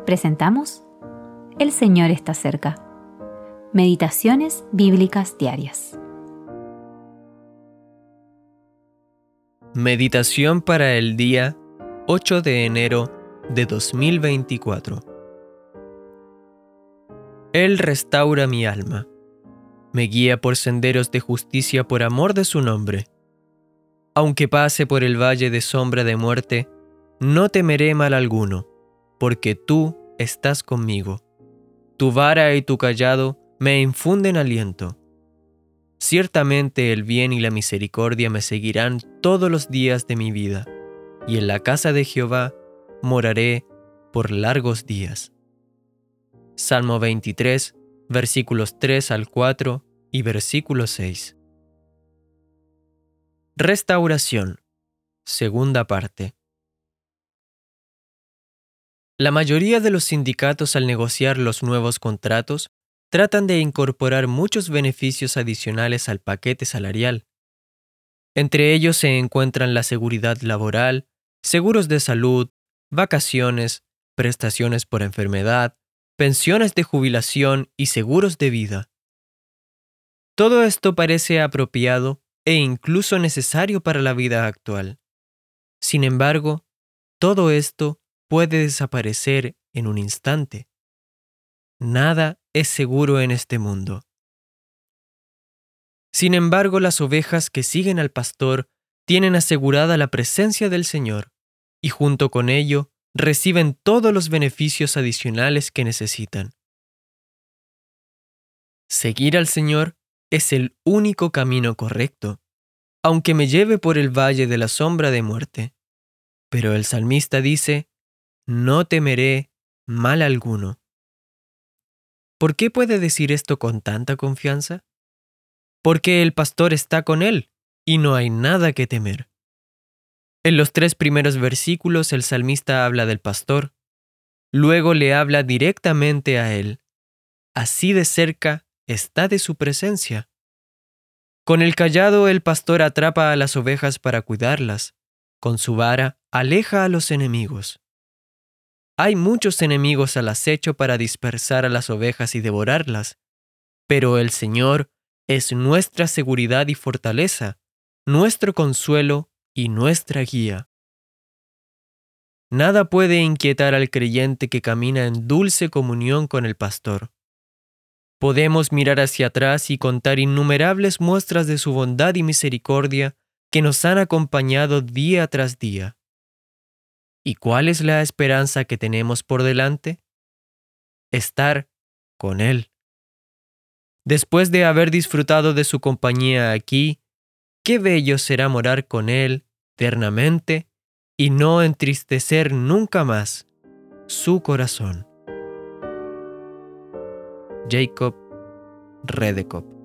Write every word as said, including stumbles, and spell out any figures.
presentamos El Señor está cerca. Meditaciones bíblicas diarias. Meditación para el día ocho de enero de dos mil veinticuatro. Él restaura mi alma. Me guía por senderos de justicia por amor de su nombre. Aunque pase por el valle de sombra de muerte, no temeré mal alguno, porque tú estás conmigo. Tu vara y tu cayado me infunden aliento. Ciertamente el bien y la misericordia me seguirán todos los días de mi vida, y en la casa de Jehová moraré por largos días. Salmo veintitrés, versículos tres al cuatro y versículo seis. Restauración. Segunda parte. La mayoría de los sindicatos al negociar los nuevos contratos tratan de incorporar muchos beneficios adicionales al paquete salarial. Entre ellos se encuentran la seguridad laboral, seguros de salud, vacaciones, prestaciones por enfermedad, pensiones de jubilación y seguros de vida. Todo esto parece apropiado e incluso necesario para la vida actual. Sin embargo, todo esto puede desaparecer en un instante. Nada es seguro en este mundo. Sin embargo, las ovejas que siguen al pastor tienen asegurada la presencia del Señor y junto con ello reciben todos los beneficios adicionales que necesitan. Seguir al Señor es el único camino correcto, aunque me lleve por el valle de la sombra de muerte. Pero el salmista dice, no temeré mal alguno. ¿Por qué puede decir esto con tanta confianza? Porque el pastor está con él y no hay nada que temer. En los tres primeros versículos el salmista habla del pastor, luego le habla directamente a él. Así de cerca está de su presencia. Con el cayado el pastor atrapa a las ovejas para cuidarlas, con su vara aleja a los enemigos. Hay muchos enemigos al acecho para dispersar a las ovejas y devorarlas, pero el Señor es nuestra seguridad y fortaleza, nuestro consuelo y nuestra guía. Nada puede inquietar al creyente que camina en dulce comunión con el pastor. Podemos mirar hacia atrás y contar innumerables muestras de su bondad y misericordia que nos han acompañado día tras día. ¿Y cuál es la esperanza que tenemos por delante? Estar con Él. Después de haber disfrutado de su compañía aquí, qué bello será morar con Él eternamente y no entristecer nunca más su corazón. Jacob Redekop.